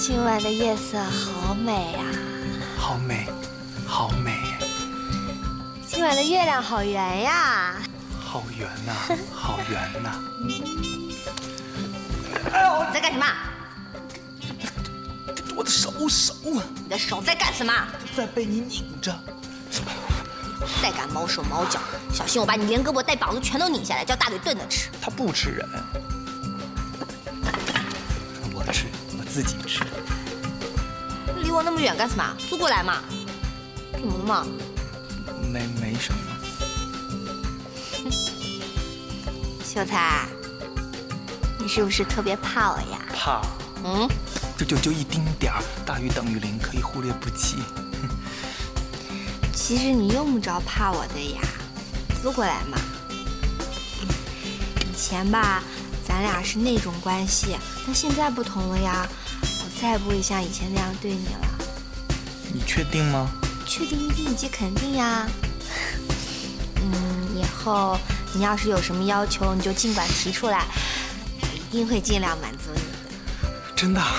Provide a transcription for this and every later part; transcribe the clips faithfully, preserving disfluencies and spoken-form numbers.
今晚的夜色好美啊！ 好美，好美。 今晚的月亮好圆呀！ 好圆呐、啊，好圆呐、啊！ 哎呦，你在干什么？ 我的手手啊！ 你的手在干什么？ 在被你拧着。 再敢毛手毛脚，小心我把你连胳膊带膀子全都拧下来，叫大嘴炖着吃。 他不吃人，我吃，我自己吃。 离我那么远干什么？租过来嘛？怎么了嘛？ 没没什么。 秀才，你是不是特别怕我呀？ 怕？ 嗯， 就就就一丁点儿，大于等于零，可以忽略不计。 其实你用不着怕我的呀，租过来嘛。以前吧，咱俩是那种关系，但现在不同了呀，我再也不会像以前那样对你了。 你确定吗？ 确定、一定以及肯定呀。嗯，以后你要是有什么要求，你就尽管提出来，我一定会尽量满足你的。 真的？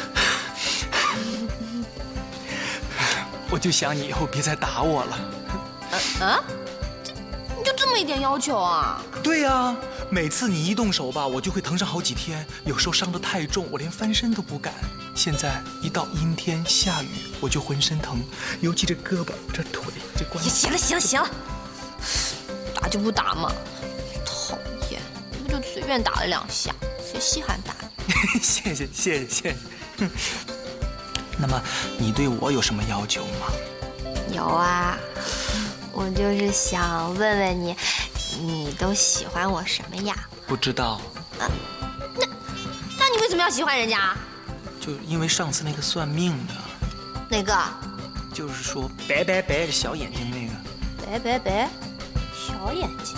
我就想你以后别再打我了。 啊啊？这你就这么一点要求啊？ 对呀、啊，每次你一动手吧，我就会疼上好几天，有时候伤得太重，我连翻身都不敢。现在一到阴天下雨，我就浑身疼，尤其这胳膊、这腿、这关节。 行了行了行了，打就不打嘛，讨厌！不就随便打了两下，谁稀罕打你？ 谢谢谢谢谢谢。那么你对我有什么要求吗？ 有啊，我就是想问问你，你都喜欢我什么呀？ 不知道。 啊，那那你为什么要喜欢人家？ 就因为上次那个算命的。 哪个？ 就是说白白白的小眼睛那个。 白白白，小眼睛。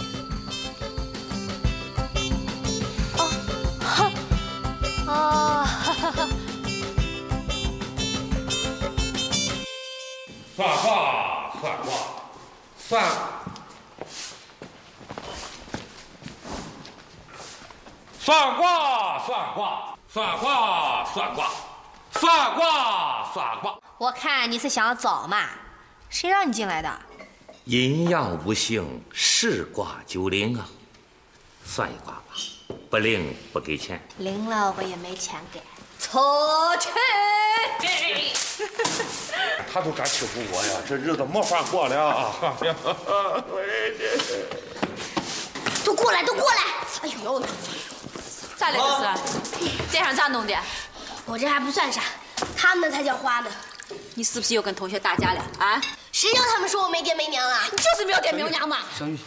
哦，哈，哦，哈哈哈。 算卦，算卦，算。算卦，算卦，算卦，算卦，算卦，算卦。 我看你是想要找嘛？谁让你进来的？ 阴阳五行，是卦就灵啊！算一卦吧，不灵不给钱。 灵了我也没钱给。出去！ 他都敢欺负我呀，这日子没法过了啊！ 都过来，都过来！哎呦， 咋了这是？脸上咋弄的？ 我这还不算啥，他们才叫花呢。 你是不是又跟同学打架了啊？ 谁叫他们说我没爹没娘啊？ 你就是没有爹没有娘嘛！ 小雨，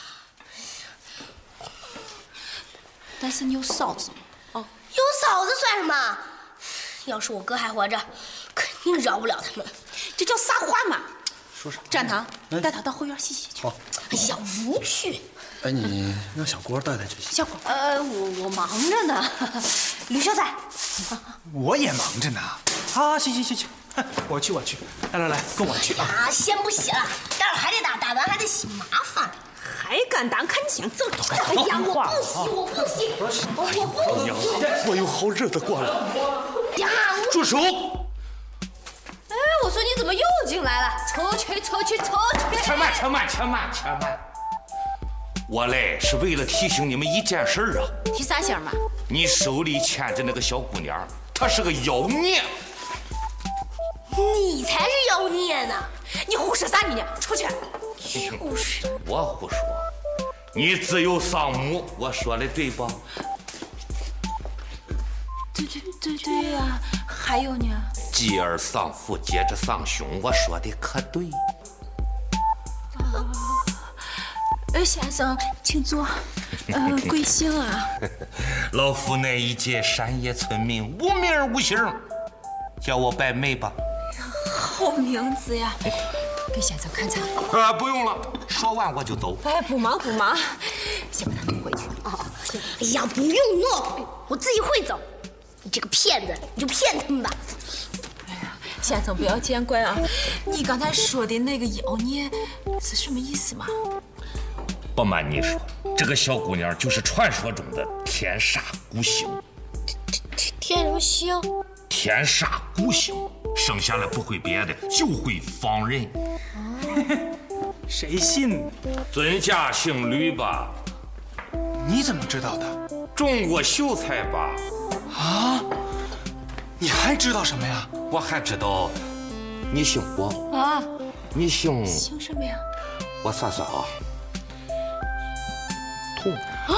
但是你有嫂子吗？哦， 有嫂子算什么？要是我哥还活着，肯定饶不了他们。 这叫撒话嘛！ 说啥？ 展堂，带他到后院洗洗去。 好。 哎呀，无趣。 哎，你让小郭带带去洗。 小郭，呃，我我忙着呢。 吕秀才， 我也忙着呢。啊，行行行行，我去我去，来来来，跟我去啊！ 啊，先不洗了，待会儿还得打，打完还得洗，麻烦。 还敢打，看想走！ 哎呀，我不洗，我不洗，我不洗。 我有好日子过了。 呀， 住手！ 哎，我说你怎么又进来了？出去，出去，出去！ 且慢，且慢，且慢，且慢。我来是为了提醒你们一件事啊。 提啥醒嘛？ 你手里牵着那个小姑娘，她是个妖孽。 你才是妖孽呢！ 你胡说啥你呢？出去！ 就是我胡说，你自有丧母，我说的对吧？ 对对对对呀、啊，还有呢？ 继而丧父，接着丧兄，我说的可对。 呃，先生，请坐。呃，贵姓啊？ 老夫那一届山野村民，无名无姓，叫我白眉吧。 好名字呀！给先生看看。 啊，不用了，说完我就走。 哎，不忙不忙，先把他弄回去。 哦，哎呀，不用弄，我自己会走。你这个骗子，你就骗他们吧。 哎呀，先生不要见怪啊！你刚才说的那个妖孽是什么意思嘛？ 不瞒你说，这个小姑娘就是传说中的天煞孤星。 天什么星？ 天煞孤星，生下来不会别的，就会放人。 谁信？ 尊家姓吕吧？ 你怎么知道的？ 中过秀才吧？ 啊？你还知道什么呀？ 我还知道，你姓郭啊？ 你姓姓什么呀？ 我算算啊，痛啊！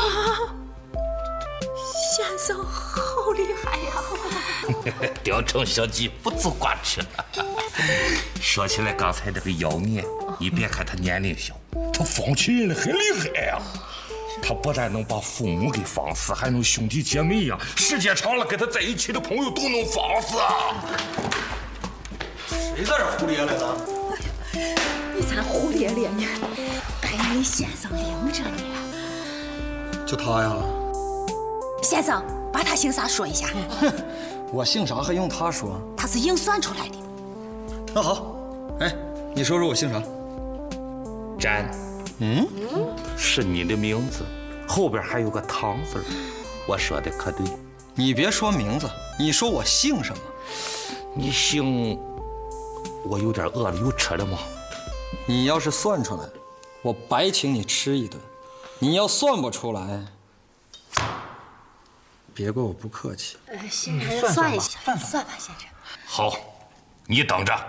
先生好厉害呀！ 雕成小鸡不足挂齿了。说起来，刚才这个妖孽，你别看他年龄小，他放起人来很厉害呀、啊。他不但能把父母给放死，还能兄弟姐妹呀、啊，时间长了跟他在一起的朋友都能放死啊！ 谁在这胡咧咧呢？ 你才胡咧咧呢，该你先生领着你。 就他呀？ 先生，把他姓啥说一下。 哼，我姓啥还用他说？ 他是硬算出来的。 那好，哎，你说说我姓啥？ 詹。 嗯， 是你的名字，后边还有个唐字，我说的可对。 你别说名字，你说我姓什么？ 你姓……我有点饿了，有吃的吗？ 你要是算出来，我白请你吃一顿；你要算不出来，别怪我不客气。 呃，先生，算一下， 算算吧，先生。 好，你等着。哎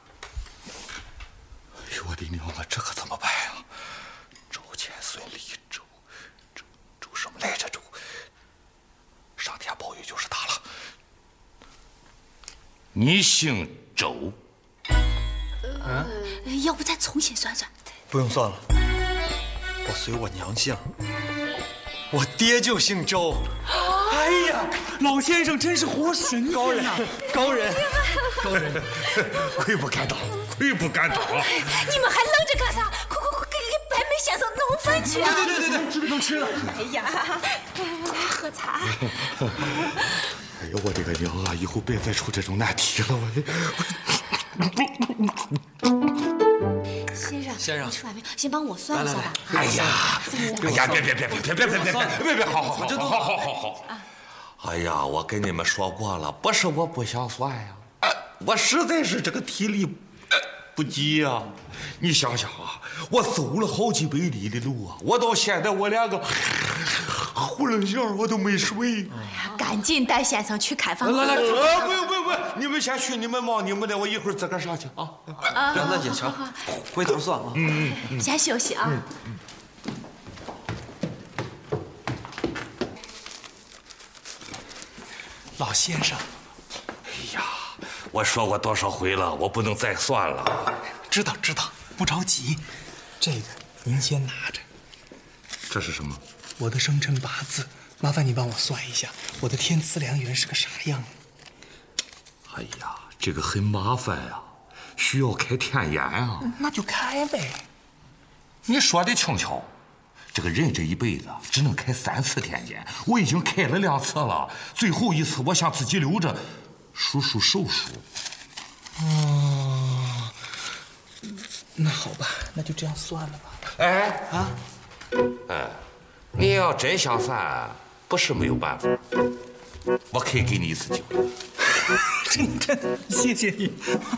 呦我的娘啊，这可怎么办呀？周乾孙李周周周什么来着？周上天保佑就是他了。你姓周？ 呃，要不再重新算算？ 不用算了，我随我娘姓，我爹就姓周。 哎呀，老先生真是活神高人，高人，高人， 愧不敢当，愧不敢当啊！ 你们还愣着干啥？快快快，给给白眉先生弄饭去啊！ 对对对对，这能吃了。 哎呀，喝茶。 哎呦我的个娘啊！以后别再出这种难题了，我。 先生， 先生， 你吃完没有？先帮我算一下吧。 哎呀，哎呀，别别别别别别别别别别！好好好好好好好。哎呀，我跟你们说过了，不是我不想算呀，我实在是这个体力不济呀。你想想啊，我走了好几百里的路啊，我到现在我连个呼棱觉我都没睡。 哎呀，赶紧带先生去开房。 来来，呃，不用不用不用，你们先去，你们忙你们的，我一会儿自个儿上去啊。 啊，那也行，回头算啊。 嗯嗯，先休息啊。嗯嗯。 老先生， 哎呀，我说过多少回了，我不能再算了。 知道知道，不着急。这个您先拿着。 这是什么？ 我的生辰八字，麻烦你帮我算一下，我的天赐良缘是个啥样？ 哎呀，这个很麻烦呀、啊，需要开天眼啊。 那就开呗。 你说的轻巧。这个人这一辈子只能开三次天眼，我已经开了两次了，最后一次我想自己留着，数数手数。 哦，那好吧，那就这样算了吧。 哎啊，哎，你要真想算，不是没有办法，我可以给你一次机会。 真的，谢谢你。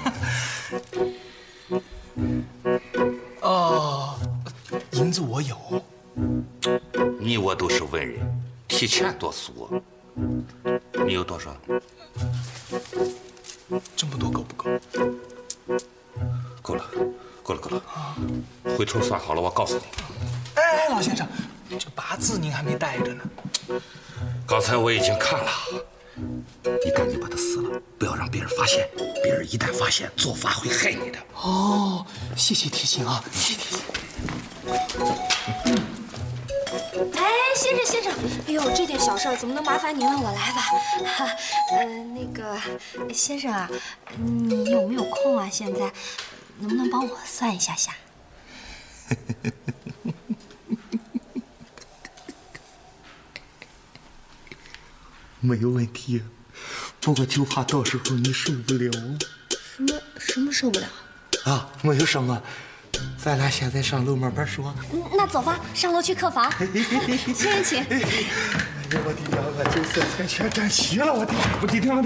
哦，银子我有。 你我都是文人，提钱多俗。你有多少？ 这么多够不够？ 够了，够了，够了。回头算好了，我告诉你。 哎，老先生，这个八字您还没带着呢。 刚才我已经看了，你赶紧把它撕了，不要让别人发现。别人一旦发现，做法会害你的。 哦，谢谢提醒啊，谢谢提醒。 哎，先生先生，哎呦，这点小事儿怎么能麻烦您了？我来吧。哈，呃，那个先生啊，你有没有空啊？现在能不能帮我算一下下？ 没有问题，不过就怕到时候你受不了。 什么什么受不了？ 啊，没有什么，咱俩现在上楼慢慢说。 那走吧，上楼去客房。先生请。 我的娘啊！这色彩全占齐了，我的我的娘的！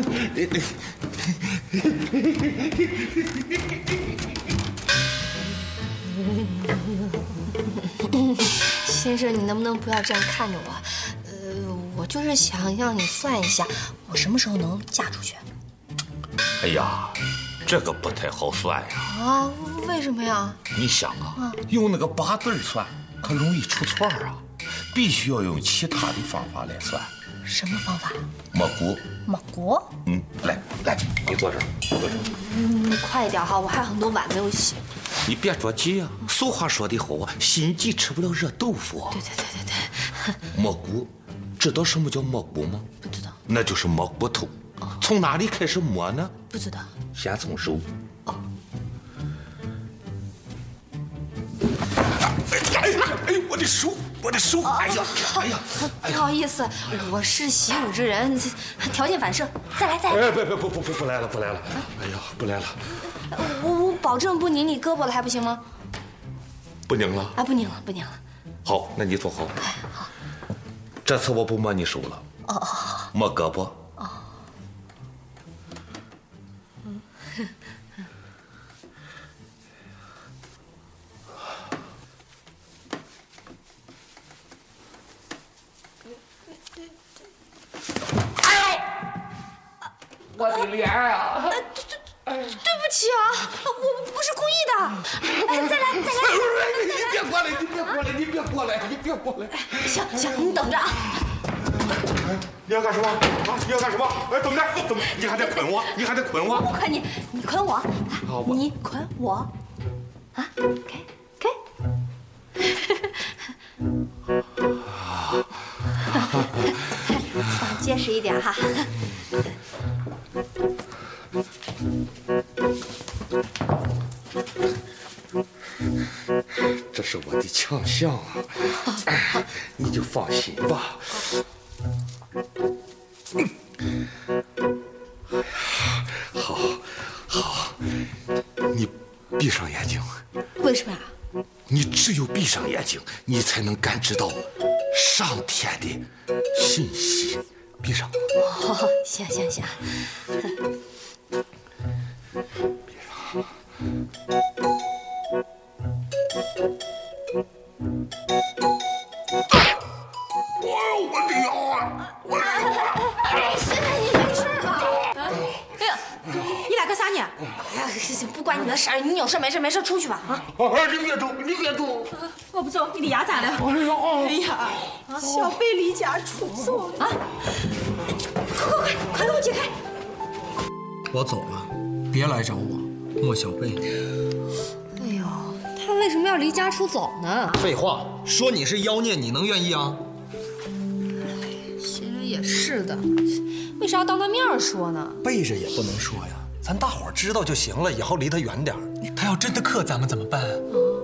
先生，你能不能不要这样看着我？呃，我就是想让你算一下，我什么时候能嫁出去？ 哎呀，这个不太好算呀。 啊？为什么呀？ 你想啊，用那个八字算，可容易出错啊。必须要用其他的方法来算。 什么方法？ 蘑菇。 蘑菇？ 嗯，来来，你坐这儿，坐这儿。 嗯，你快一点哈，我还有很多碗没有洗。 你别着急啊，俗话说得好啊，心急吃不了热豆腐。 对对对对对。 蘑菇，知道什么叫蘑菇吗？ 不知道。 那就是蘑菇头。哦、从哪里开始摸呢？ 不知道。 先从手。哦。哎呀！哎呦，我的手，我的手！哎呀，哎呀， 不好意思，我是习武之人，条件反射。再来，再来！ 哎，不不不不不不来了，不来了！哎呀，不来了！ 我我保证不拧你胳膊了，还不行吗？ 不拧了？ 啊，不拧了，不拧了。 好，那你坐好。 哎，好。 这次我不摸你手了。 哦哦哦。 摸胳膊。哦。 嗯。 我的脸啊！ 对对对不起啊，我不是故意的。哎，再来再来！ 你别过来，你别过来，你别过来，你别过来！ 行行，你等着啊。 你要干什么啊？你要干什么？哎，怎么着？怎么？你还得捆我？你还得捆我？ 我捆你，你捆我。 好， 你捆我。啊，给给。放结实一点哈。 这是我的强项啊，你就放心吧。好，好，你闭上眼睛。 为什么呀？ 你只有闭上眼睛，你才能感知到上天的信息。闭上。 哦，行行行。 闭上。哎呦，我的娘！我的娘！ 哎，先生，你没事吧？ 哎呀，你来干啥呢？ 哎呀，不关你的事儿，你有事没事没事出去吧啊！ 你别走，你别走！ 我不走，你的牙咋了？ 哎呀， 哎呀，小贝离家出走了啊！ 快快快，快给我解开！ 我走了，别来找我，莫小贝。 哎呦，他为什么要离家出走呢？ 废话，说你是妖孽，你能愿意啊？ 其实也是的，为啥要当他面说呢？ 背着也不能说呀，咱大伙知道就行了，以后离他远点。 他要真的克咱们怎么办？啊？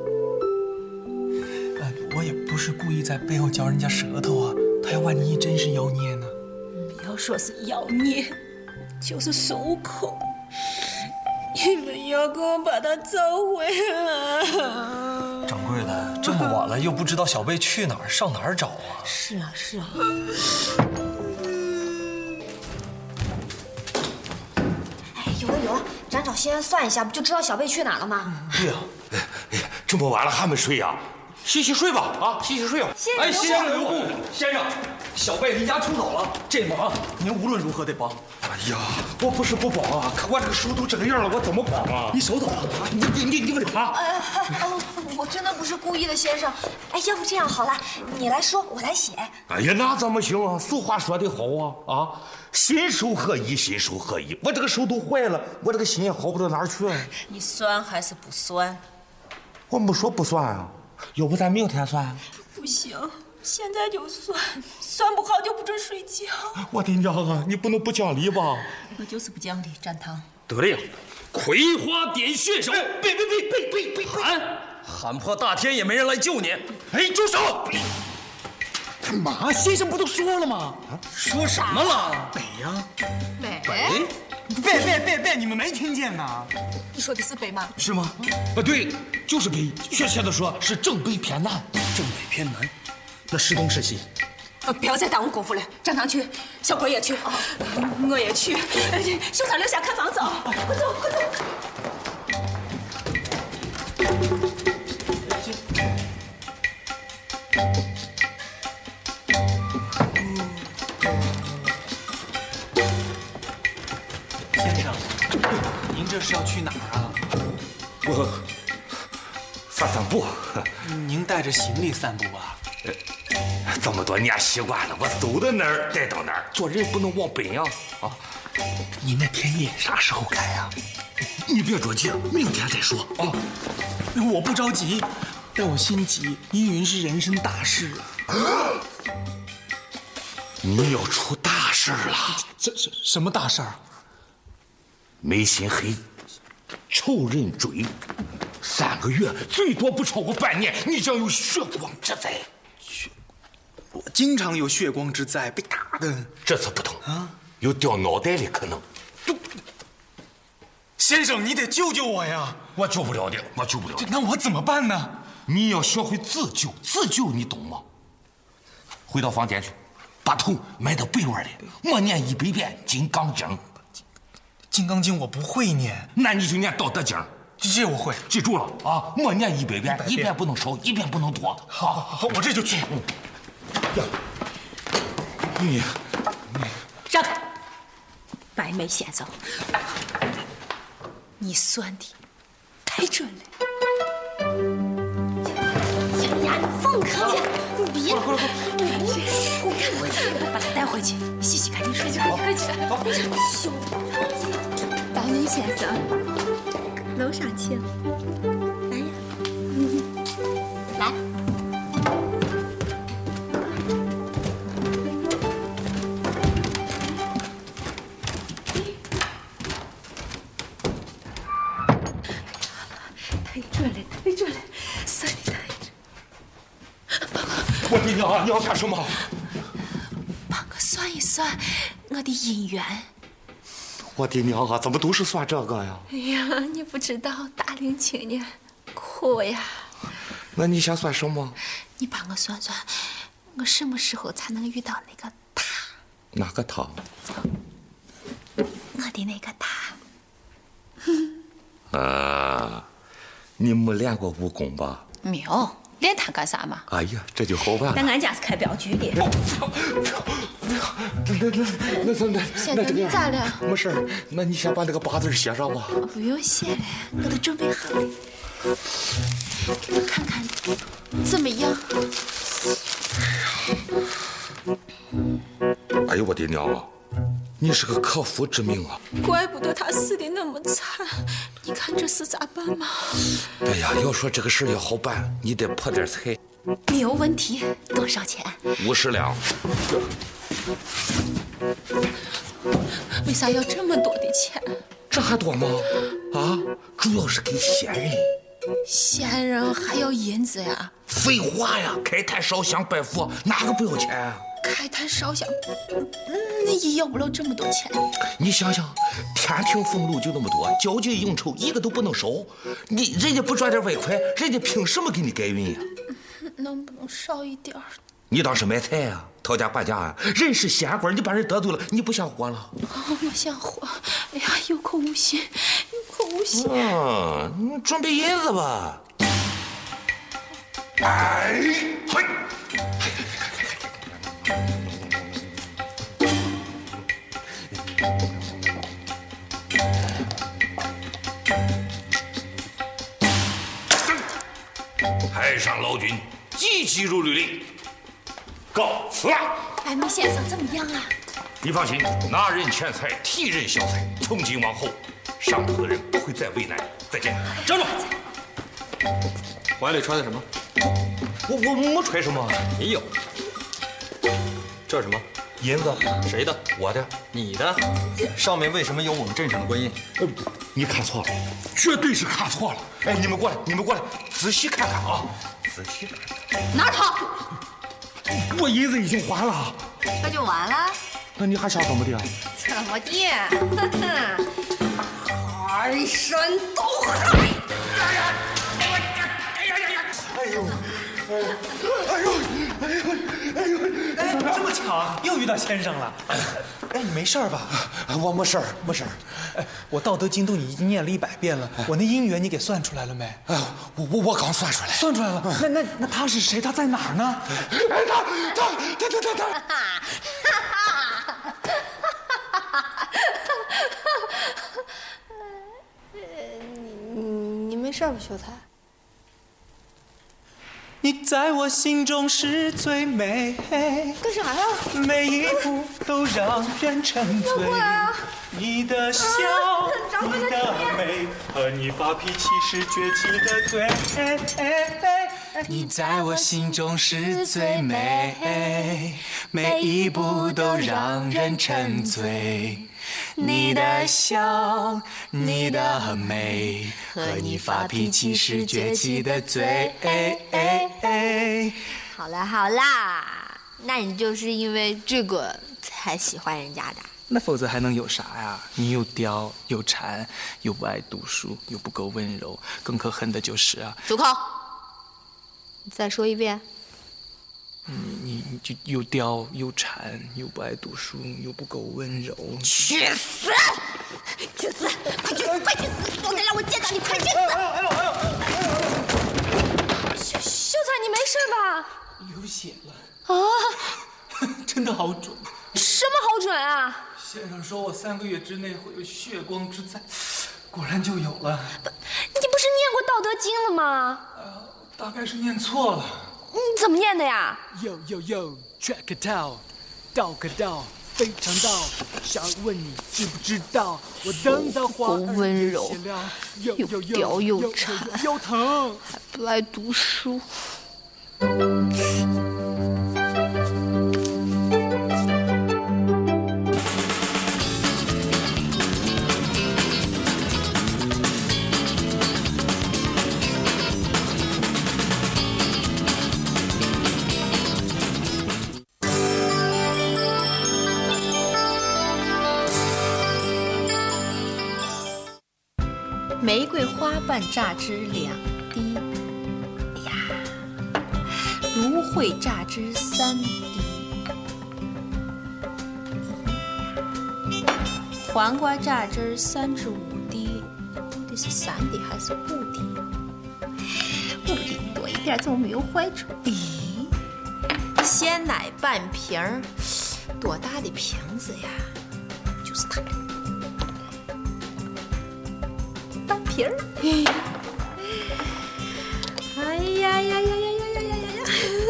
呃，我也不是故意在背后嚼人家舌头啊，他要万一真是妖孽呢？ 不要说是妖孽，就是孙悟空，你们要给我把他找回来。 掌柜的，这么晚了又不知道小贝去哪儿，上哪儿找啊？ 是啊，是啊。 哎，有了有了，咱找先生算一下，不就知道小贝去哪了吗？ 对呀，哎哎呀，这么晚了还没睡呀？洗洗睡吧，啊，洗洗睡吧。 哎，先生留步，先生，小贝离家出走了，这忙您无论如何得帮。 哎呀，我不是不帮啊，可我这个手都这个样了，我怎么帮啊？ 你手抖了？ 你你你你们啊！ 哎哎，我真的不是故意的，先生。哎，要不这样好了，你来说，我来写。 哎呀，那怎么行啊？俗话说得好啊，啊，心手合一，心手合一。我这个手都坏了，我这个心也好不到哪儿去。 你算还是不算？ 我没说不算啊，要不咱明天算？ 不行，现在就算，算不好就不准睡觉。 我的娘啊，你不能不讲理吧？ 我就是不讲理，展堂。 得令，葵花点穴手。 别别别别别别喊！喊破大天也没人来救你。 哎，住手！ 干嘛？先生不都说了吗？说什么了？ 北呀， 北北。 别别别别！你们没听见呐？ 你说的是北吗？ 是吗？啊，对，就是北，确切的说是正北偏南。 正北偏南，那是东是西？ 不要再耽误功夫了，张堂去，小鬼也去，我也去，秀才留下看房子啊！快走，快走！ 先生，您这是要去哪儿啊？ 我散散步。 您带着行李散步啊？ 这么多年习惯了，我走到哪儿带到哪儿。做人不能忘本呀！啊， 你那田野啥时候开啊？ 你别着急，明天再说啊。 我不着急，但我心急。依云是人生大事。 你要出大事了！ 这什什么大事儿？ 没心黑，仇人追，三个月最多不超过半年，你将有血光之灾。 我经常有血光之灾，被打的。 这次不同啊，有掉脑袋的可能。 先生，你得救救我呀！ 我救不了的，我救不了的。 那我怎么办呢？ 你要学会自救，自救你懂吗？回到房间去，把头埋到被窝里，默念一百遍《金刚经》。《 金刚经》我不会念， 那你就念《道德经》。 这我会， 记住了啊！默念一百遍，一遍不能少，一遍不能多。 好，好，好，我这就去。 呀，你， 让开！白眉先生，你算的太准了。 呀，你放开！你别！ 快快快！我看我把他带回去，洗洗干净睡觉。快去！ 小白眉先生，楼上请。来呀，来。 太准了，太准了，算的太准。 我的娘，你要干什么？ 帮我算一算我的姻缘。 我的娘啊，怎么都是算这个呀？ 哎呀，你不知道大龄青年苦呀。 那你想算什么？ 你帮我算算，我什么时候才能遇到那个他？ 哪个他？ 我的那个他。 啊，你没练过武功吧？ 没有，练他干啥嘛？ 哎呀，这就好办了。 但俺家是开镖局的。 那那那那那那那这个样， 咋了？ 没事儿，那你先把那个八字写上吧。 不用写了，我都准备好了。给我看看，怎么样？ 哎呦我的娘啊！你是个克夫之命啊！ 怪不得他死的那么惨，你看这事咋办嘛？ 哎呀，要说这个事儿要好办，你得破点财。 没有问题，多少钱？ 五十两。 为啥要这么多的钱？ 这还多吗？啊，主要是给闲人。 闲人还要银子呀？ 废话呀，开坛烧香拜佛，哪个不要钱啊？ 开坛烧香，嗯，那也要不了这么多钱。 你想想，天庭俸禄就那么多，交际应酬一个都不能少。你人家不赚点外快，人家凭什么给你改运呀？ 能不能少一点儿？ 你当是买菜呀？讨价还价啊？人是仙官，你把人得罪了，你不想活了？ 哦，我想活。哎呀，有口无心，有口无心。 嗯，你准备银子吧。哎，嘿。太上老君急急如律令，告辞了。 白眉先生怎么样啊？ 你放心，拿人钱财，替人消灾。从今往后，上头的人不会再为难。再见。站住！ 怀里揣的什么？ 我我没揣什么。 你有。这是什么？ 银子。 谁的？ 我的。 你的？上面为什么有我们镇上的官印？ 呃，你看错了，绝对是看错了。哎，你们过来，你们过来，仔细看看啊，仔细看看。 拿他！ 我银子已经还了。 那就完了？ 那你还想怎么的？ 怎么地？哼哼，排山倒海！ 哎呀！哎呀呀呀！哎呦！ 哎呦，哎呦，哎呦，哎，这么巧，又遇到先生了。哎，你没事吧？ 我没事儿，没事儿。 哎，我《道德经》都已经念了一百遍了，我那姻缘你给算出来了没？ 哎，我我我刚算出来。 算出来了。那那那他是谁？他在哪儿呢？ 哎，他他他他他他。 你你没事吧，秀才？ 你在我心中是最美， 干啥呀？ 每一步都让人沉醉。你的笑，你的美，和你发脾气时崛起的嘴。你在我心中是最美，每一步都让人沉醉。你的笑，你的美，和你发脾气时崛起的嘴。 好啦好啦，那你就是因为这个才喜欢人家的？ 那否则还能有啥呀？你又刁又馋，又不爱读书，又不够温柔，更可恨的就是啊， 住口！你再说一遍。 你你你就又刁又馋，又不爱读书，又不够温柔。 去死！去死！快去快去死！不能让我见到你！快去死！ 哎呦哎呦哎呦！ 秀秀才，你没事吧？ 流血了啊！ 真的好准。 什么好准啊？ 先生说我三个月之内会有血光之灾，果然就有了。 不，你不是念过《道德经》了吗？ 呃，大概是念错了。 你怎么念的呀 ？Yo yo yo, track it out， 道可道，非常道。想问你知不知道？我等到花儿温柔， 又又刁又馋， 又疼， 还不爱读书。 玫瑰花瓣榨汁两滴，哎呀，芦荟榨汁三滴，黄瓜榨汁三至五滴，到底是三滴还是五滴？五滴多一点，怎么没有坏处？咦，鲜奶半瓶儿，多大的瓶子呀？就是它。瓶儿，哎呀呀呀呀呀呀呀呀呀！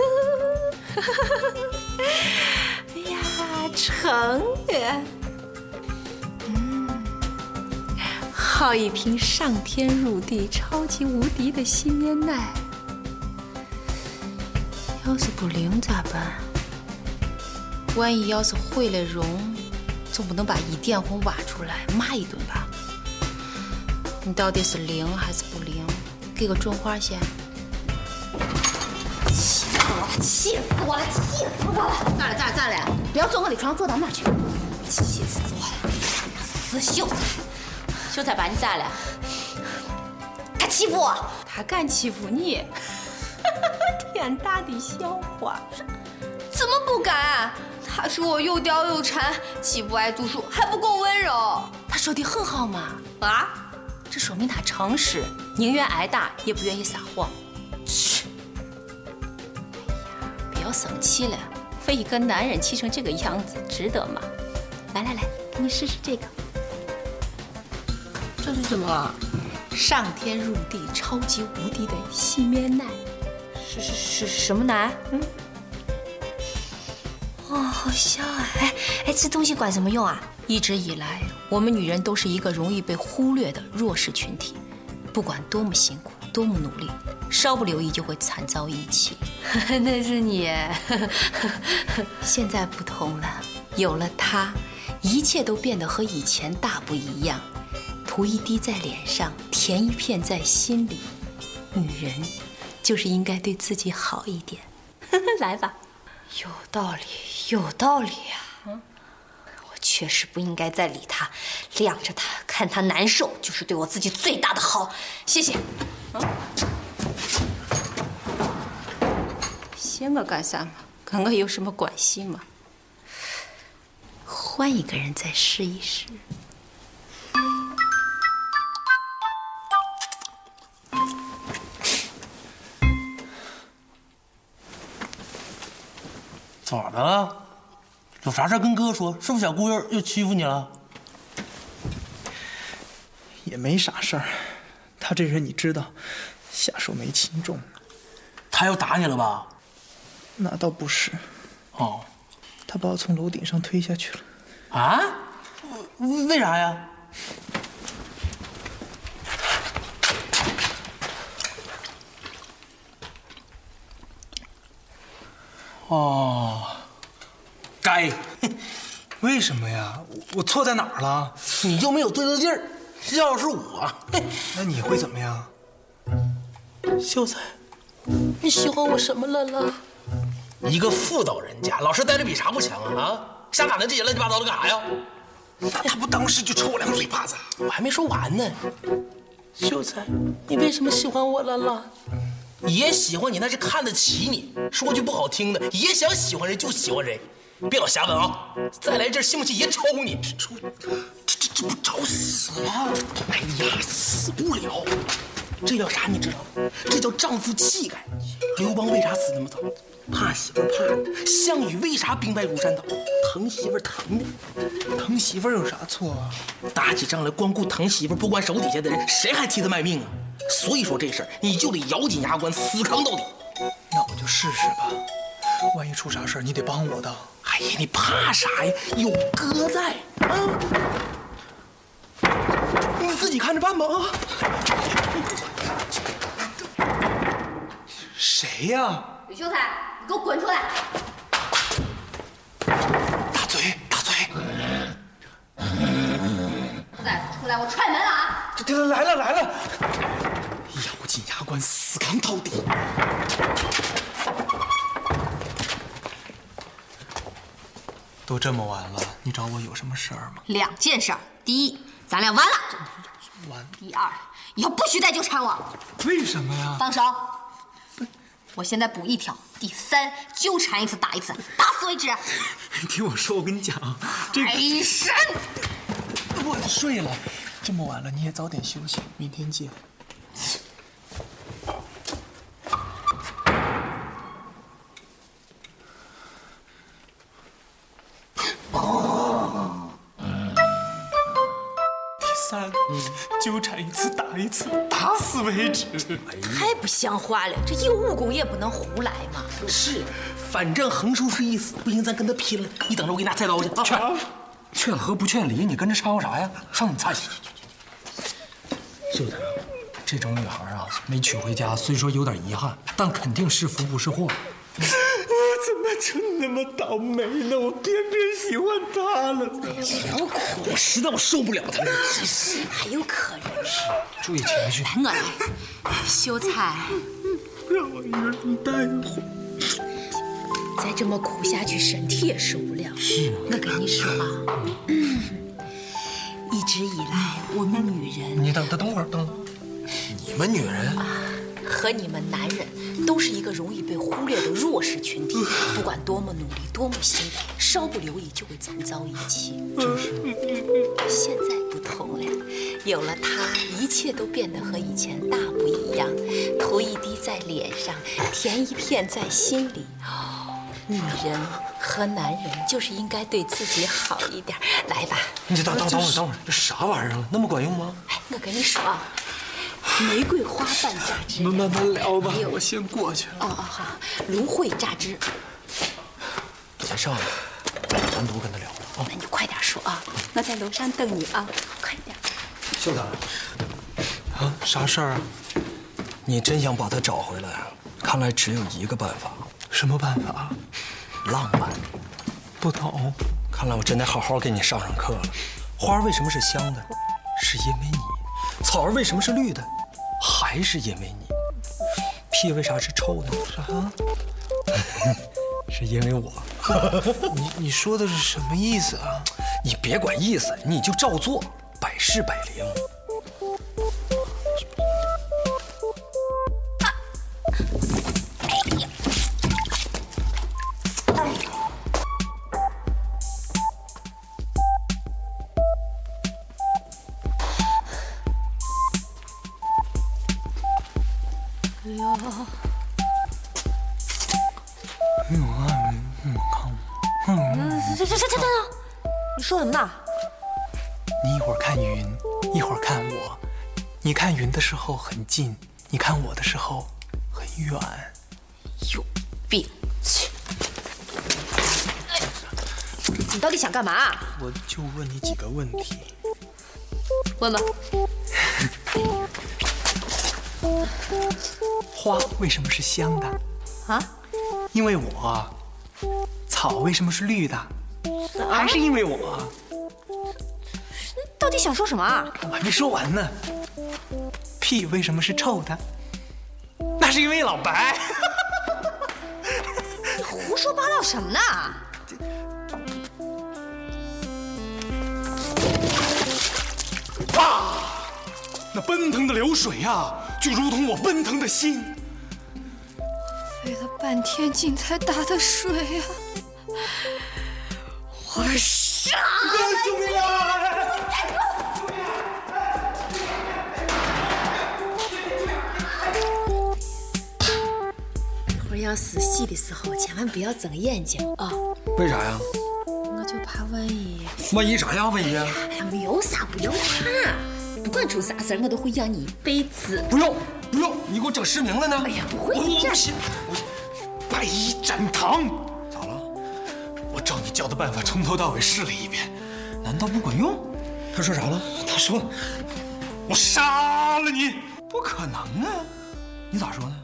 哎呀，成了！嗯，好一瓶上天入地、超级无敌的洗面奶。要是不灵咋办？万一要是会了容，总不能把一电红挖出来骂一顿吧？你到底是灵还是不灵？给个准话先。气死我了！气死我了！气死我了！咋了？咋了？咋了？不要坐我的床，坐到那去！气死我了！死秀才！秀才把你咋了？他欺负我！他敢欺负你？天大的笑话！怎么不敢？他说我又刁又馋，既不爱读书，还不够温柔。他说的很好嘛。啊？这说明他诚实，宁愿挨打也不愿意撒谎。去！哎呀，不要生气了，为一个男人气成这个样子，值得吗？来来来，给你试试这个。这是什么？上天入地、超级无敌的洗面奶。是是是什么奶？嗯。哦，好香啊！哎哎，这东西管什么用啊？一直以来，我们女人都是一个容易被忽略的弱势群体，不管多么辛苦，多么努力，稍不留意就会惨遭遗弃。那是你，现在不同了，有了它，一切都变得和以前大不一样。涂一滴在脸上，甜一片在心里。女人就是应该对自己好一点。来吧， 有道理，有道理呀、啊。嗯。确实不应该再理他，晾着他，看他难受，就是对我自己最大的好。谢谢。啊、 见我干啥嘛？跟我有什么关系吗？换一个人再试一试。 咋的了？有啥事跟哥说？是不是小姑又又欺负你了？ 也没啥事儿，他这人你知道，下手没轻重。 他要打你了吧？ 那倒不是。 哦， 他把我从楼顶上推下去了。 啊？为为啥呀？哦，该。 为什么呀？我错在哪儿了？ 你就没有对对劲儿。要是我， 那你会怎么样？ 秀才，你喜欢我什么了了？一个妇道人家，老师待着比啥不强啊？啊，瞎打听这些乱七八糟的干啥呀？ 他不当时就抽我两个嘴巴子？ 我还没说完呢。秀才，你为什么喜欢我了了？爷喜欢你那是看得起你，说句不好听的，爷想喜欢谁就喜欢谁。别老瞎问啊！再来这儿信不信爷抽你？抽，这这这不找死吗？哎呀，死不了！这叫啥？你知道吗？这叫丈夫气概。刘邦为啥死那么早？怕媳妇儿怕的。项羽为啥兵败如山倒？疼媳妇儿疼的。 疼媳妇儿有啥错啊？ 打起仗来光顾疼媳妇儿，不管手底下的人，谁还替他卖命啊？所以说这事儿你就得咬紧牙关，死扛到底。 那我就试试吧。万一出啥事儿，你得帮我的。 哎呀，你怕啥呀？有哥在啊！你自己看着办吧啊！ 谁呀？ 吕秀才，你给我滚出来！ 大嘴，大嘴！ 再不出来，我踹门了啊！ 这这来了来了！咬紧牙关，死扛到底。都这么晚了，你找我有什么事儿吗？ 两件事儿，第一，咱俩完了； 完。 第二，以后不许再纠缠我。 为什么呀？ 放手！我现在补一条。第三，纠缠一次打一次，打死为止。 你听我说，我跟你讲，这海参， 我睡了，这么晚了，你也早点休息，明天见。三，纠缠一次打一次，打死为止。 太不像话了！这有武功也不能胡来嘛。 是，反正横竖是一死，不行咱跟他拼了。你等着，我给你拿菜刀去啊！ 劝，劝和不劝离，你跟着掺和啥呀？上你菜去。 秀才， 这种女孩啊，没娶回家，虽说有点遗憾，但肯定是福不是祸。 我怎么就那么倒霉呢？我偏偏喜欢他了呢！ 别哭， 我实在我受不了他了，真是。 还有客人。 注意情绪。 来，我来。秀才， 让我一人待会儿。 再这么哭下去，身体也受不了。是、啊，我跟你说啊，嗯、一直以来我们女人…… 你等等等会儿，等会儿。你们女人啊， 和你们男人都是一个容易被忽略的弱势群体，不管多么努力，多么辛苦，稍不留意就会惨遭一击。 就是。 现在不同了，有了他，一切都变得和以前大不一样。头一滴在脸上，甜一片在心里。女人和男人就是应该对自己好一点。来吧， 你等等等会儿，等会儿，这啥玩意儿啊？那么管用吗？ 哎，我跟你说啊。玫瑰花瓣榨汁， 慢慢慢聊吧，我先过去了。 哦哦好，芦荟榨汁。 先上来，单独跟他聊聊啊。 那你快点说啊，我在楼上等你啊，快点。 秀才， 啊，啥事儿啊？ 你真想把他找回来，看来只有一个办法。 什么办法？ 浪漫。 不懂。 看来我真得好好给你上上课了。花为什么是香的？是因为你。草儿为什么是绿的？还是因为你。屁为啥是臭的？ 啥？ 是因为我。 你你说的是什么意思啊？ 你别管意思，你就照做，百试百灵。 嗯，这这这这这，你说什么呢？ 你一会儿看云，一会儿看我。你看云的时候很近，你看我的时候很远。 有病！切！哎，你到底想干嘛？ 我就问你几个问题。 问吧。 花为什么是香的？ 啊？ 因为我。草为什么是绿的？还是因为我？ 到底想说什么啊？ 我还没说完呢。屁为什么是臭的？那是因为老白。 你胡说八道什么呢？ 啊！那奔腾的流水啊，就如同我奔腾的心。 费了半天劲才打的水啊！我杀了救命啊！ 一会儿要死戏的时候，千万不要睁眼睛啊！ 为啥呀？ 我就怕万一。 万一啥呀？万一？ 哎呀，没有啥，不用怕。不管出啥事儿，我都会养你一辈子。 不用，不用，你给我整失明了呢？ 哎呀，不会我这不行，白衣斩堂。 咋了？ 我照你教的办法从头到尾试了一遍， 难道不管用？他说啥了？ 他说：“我杀了你。” 不可能啊！你咋说的？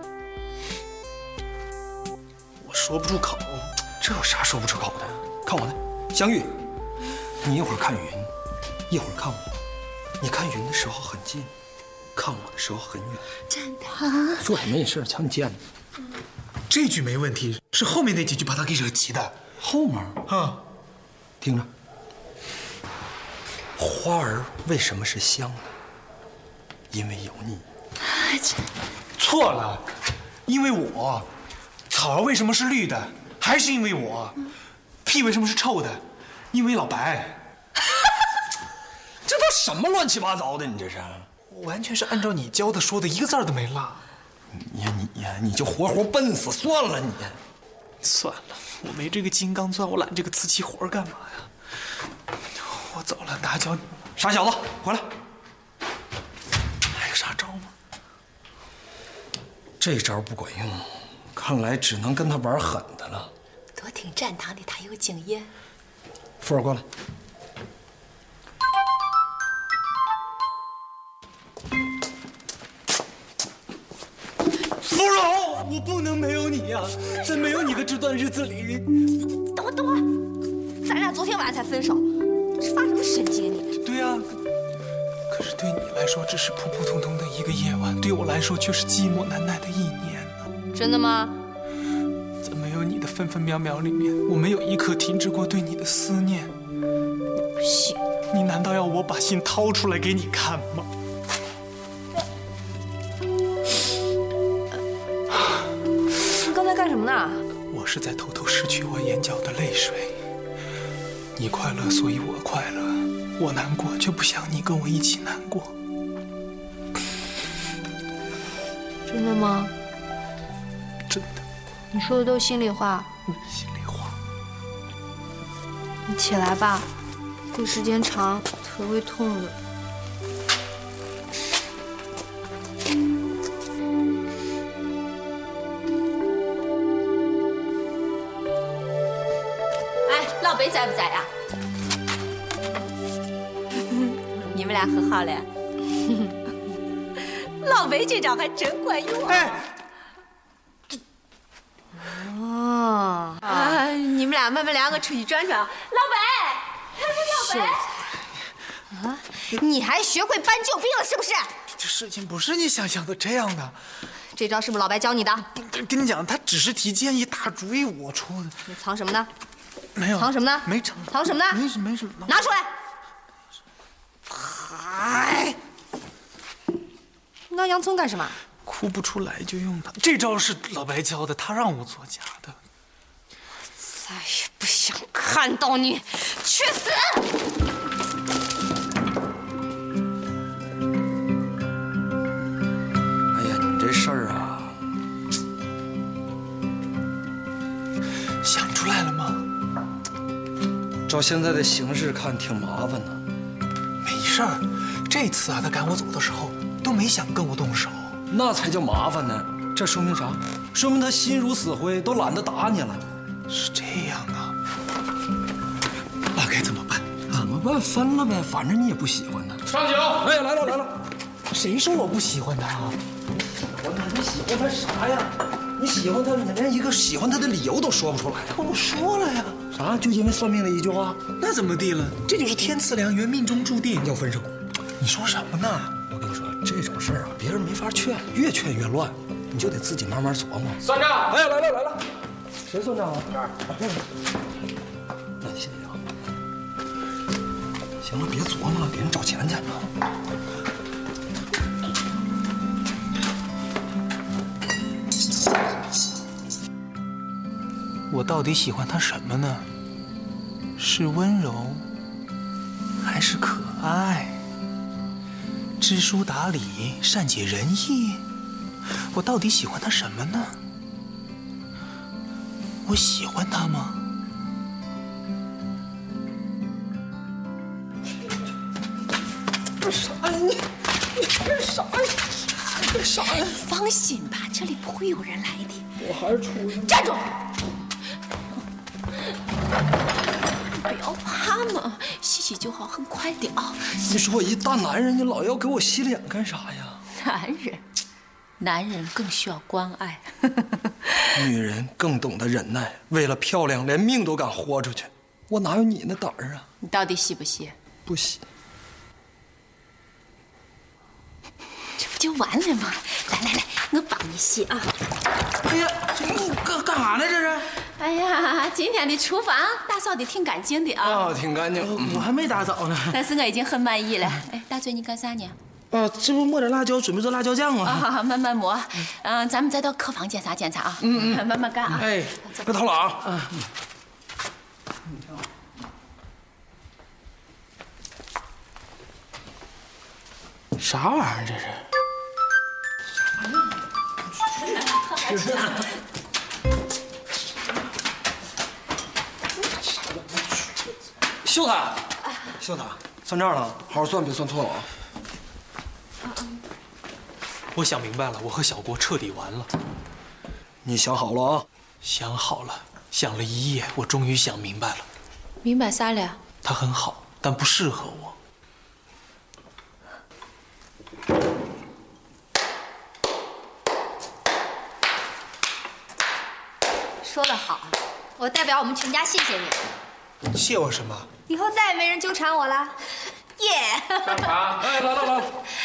我说不出口。 这有啥说不出口的？看我的，香玉，你一会儿看云，一会儿看我。你看云的时候很近，看我的时候很远。 真的？ 说也没事，瞧你贱的。 这句没问题，是后面那几句把他给惹急的。 后面啊， 听着，花儿为什么是香的？因为有你。 错了，因为我。草为什么是绿的？还是因为我。屁为什么是臭的？因为老白。 这都什么乱七八糟的？你这是？ 我完全是按照你教的说的，一个字都没落。 你呀你呀，你就活活笨死算了你。 算了，我没这个金刚钻，我揽这个瓷器活干嘛呀？我走了，大脚。 傻小子，回来。 还有啥招吗？ 这招不管用，看来只能跟他玩狠的了。 多听站堂的，他有经验。 福儿过来。 芙蓉，我不能没有你呀、啊！在没有你的这段日子里， 等会儿，等会儿，咱俩昨天晚上才分手，是发什么神经啊你？ 对呀、啊，可是对你来说只是普普通通的一个夜晚，对我来说却是寂寞难耐的一年呢。 真的吗？ 在没有你的分分秒秒里面，我没有一刻停止过对你的思念。 不信。 你难道要我把心掏出来给你看吗？ 你刚才干什么呢？ 我是在偷偷拭去我眼角的泪水。你快乐，所以我快乐；我难过，就不想你跟我一起难过。 真的吗？ 真的。 你说的都是心里话。 心里话。 你起来吧，这时间长腿会痛的。 哎，老白在不在呀？你们俩和好了？老白这招还真管用啊！ 哎， 哦， 啊，你们俩慢慢两个出去转转。老白，老白， 啊，你还学会搬救兵了是不是？ 这事情不是你想象的这样的。 这招是不是老白教你的？ 跟跟你讲，他只是提建议，大主意我出的。 你藏什么呢？ 没有。 藏什么呢？ 没藏。 藏什么呢？ 没什没什么。 拿出来。哎，拿洋葱干什么？ 哭不出来就用它。这招是老白教的，他让我做假的。 再也不想看到你，去死！ 哎呀，你这事儿啊， 想出来了吗？ 照现在的形势看，挺麻烦的。 没事儿，这次啊，他赶我走的时候都没想跟我动手。 那才叫麻烦呢。这说明啥？说明他心如死灰，都懒得打你了。 是这样啊？那该怎么办？ 怎么办？分了呗，反正你也不喜欢他。 上酒。 哎，来了来了。 谁说我不喜欢他啊？ 我哪你喜欢他啥呀？你喜欢他，你连一个喜欢他的理由都说不出来。 可我说了呀。 啥？就因为算命的一句话？ 那怎么地了？这就是天赐良缘，命中注定要分手。 你说什么呢？ 我跟你说，这种事儿啊，别人没法劝，越劝越乱，你就得自己慢慢琢磨。 算账。 哎，来了来了。谁算账啊？这儿。那谢谢啊。行了，别琢磨了，给人找钱去。 我到底喜欢他什么呢？是温柔，还是可爱？知书达理，善解人意？我到底喜欢他什么呢？我喜欢他吗？ 干啥呀你？你干啥呀？干啥呀？ 放心吧，这里不会有人来的。 我还是出去。 站住！不要怕嘛，洗洗就好，很快的啊。 你说我一大男人，你老要给我洗脸干啥呀？ 男人，男人更需要关爱。 女人更懂得忍耐，为了漂亮连命都敢豁出去。我哪有你那胆儿啊？ 你到底洗不洗？ 不洗。 这不就完了吗？来来来，我帮你洗啊。 哎呀，你干干啥呢？这是？ 哎呀，今天的厨房打扫的挺干净的啊。 哦，挺干净。 我还没打扫呢。 但是我已经很满意了。哎，大嘴，你干啥呢？ 啊，这不抹点辣椒，准备做辣椒酱啊。 啊，好好，慢慢磨。嗯，咱们再到客房检查检查啊。嗯嗯，慢慢干啊。 哎， 别掏了啊。嗯。 啥玩意儿这是？ 秀才，秀才，算账了，好好算，别算错了啊。 我想明白了，我和小郭彻底完了。 你想好了啊？ 想好了，想了一夜，我终于想明白了。 明白啥了？ 他很好，但不适合我。 说得好，我代表我们全家谢谢你。 谢我什么？ 以后再也没人纠缠我了。耶！ 上茶。哎，来了来了。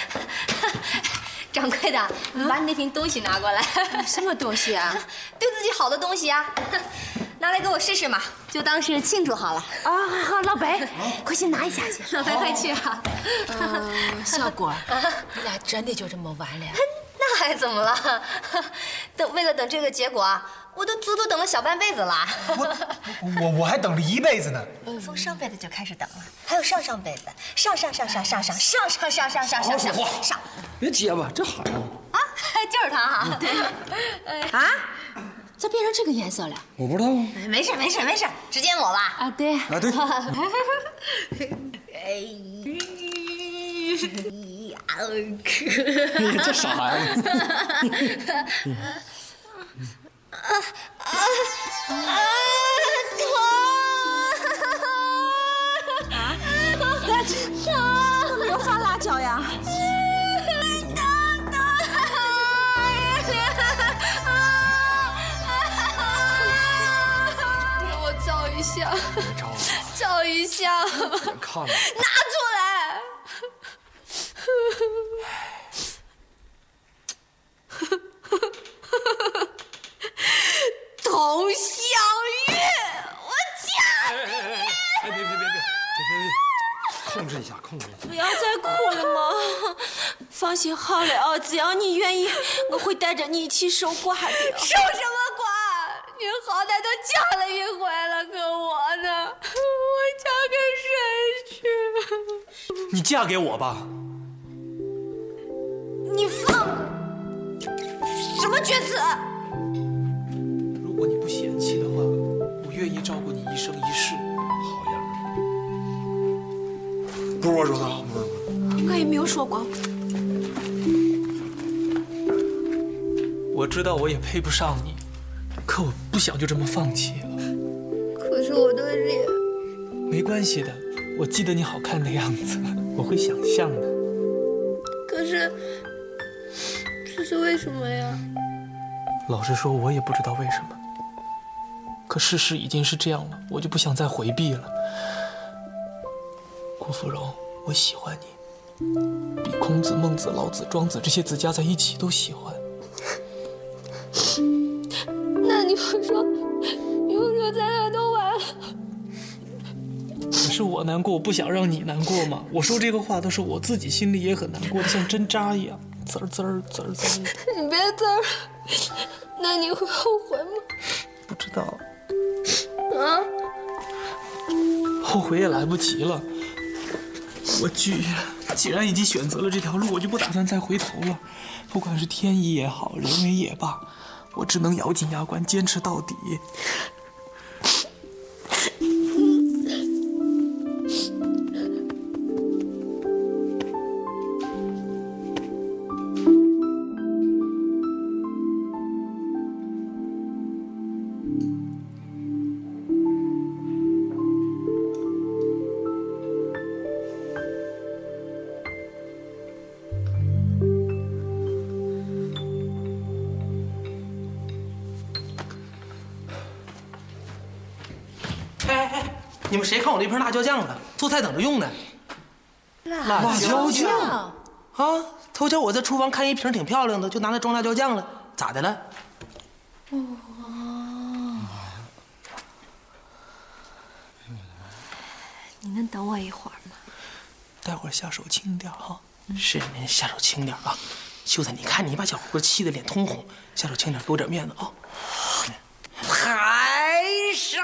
掌柜的，你把你那瓶东西拿过来。 什么东西啊？ 对自己好的东西啊，拿来给我试试嘛，就当是庆祝好了。 啊，好，老白，快去拿一下去。 老白，快去啊！ 嗯，小郭，你俩真的就这么完了？ 那还怎么了？等为了等这个结果啊，我都足足等了小半辈子了。 我我我还等了一辈子呢。 从上辈子就开始等了，还有上上辈子，上上上上上上上上上上上上上上。 别结巴，这孩子啊，就是他哈。对。 啊？咋变成这个颜色了？ 我不知道啊。 没事没事没事，直接抹吧。 啊，对。 啊对。 哎。 这傻孩子。 啊啊啊！疼！ 啊！辣椒！怎么又发辣椒呀？ 疼疼！ 给我照一下。 别照了。 照一下。 别看了。 拿出来。佟湘玉，我嫁给你！ 哎，别别别别别别别，控制一下，控制一下。 不要再哭了嘛！放心好了啊，只要你愿意，我会带着你一起守寡的。 守什么寡？你好歹都嫁了一回了，可我呢？我嫁给谁去？ 你嫁给我吧。 你放什么厥词？ 如果你不嫌弃的话，我愿意照顾你一生一世。 好样的！ 不是我说的，不是。 我也没有说过。 我知道我也配不上你，可我不想就这么放弃了。 可是我的脸…… 没关系的，我记得你好看的样子，我会想象的。 可是，这是为什么呀？ 老实说，我也不知道为什么。可事实已经是这样了，我就不想再回避了。郭芙蓉，我喜欢你，比孔子、孟子、老子、庄子这些字加在一起都喜欢。 那你不说，你不说咱俩都完了？ 可是我难过，我不想让你难过嘛。我说这个话的时候，我自己心里也很难过的，像针扎一样，滋儿滋儿滋儿滋儿。 你别滋儿，那你会后悔吗？ 不知道。 啊？ 后悔也来不及了。我既既然已经选择了这条路，我就不打算再回头了。不管是天意也好，人为也罢，我只能咬紧牙关，坚持到底。 你们谁看我这瓶辣椒酱了？做菜等着用呢。 辣椒酱啊！头前我在厨房看一瓶挺漂亮的，就拿它装辣椒酱了。咋的了？ 哦。你能等我一会儿吗？ 待会儿下手轻点哈。 是，您下手轻点啊。秀才，你看你把小胡气得脸通红，下手轻点，给我点面子啊。 海上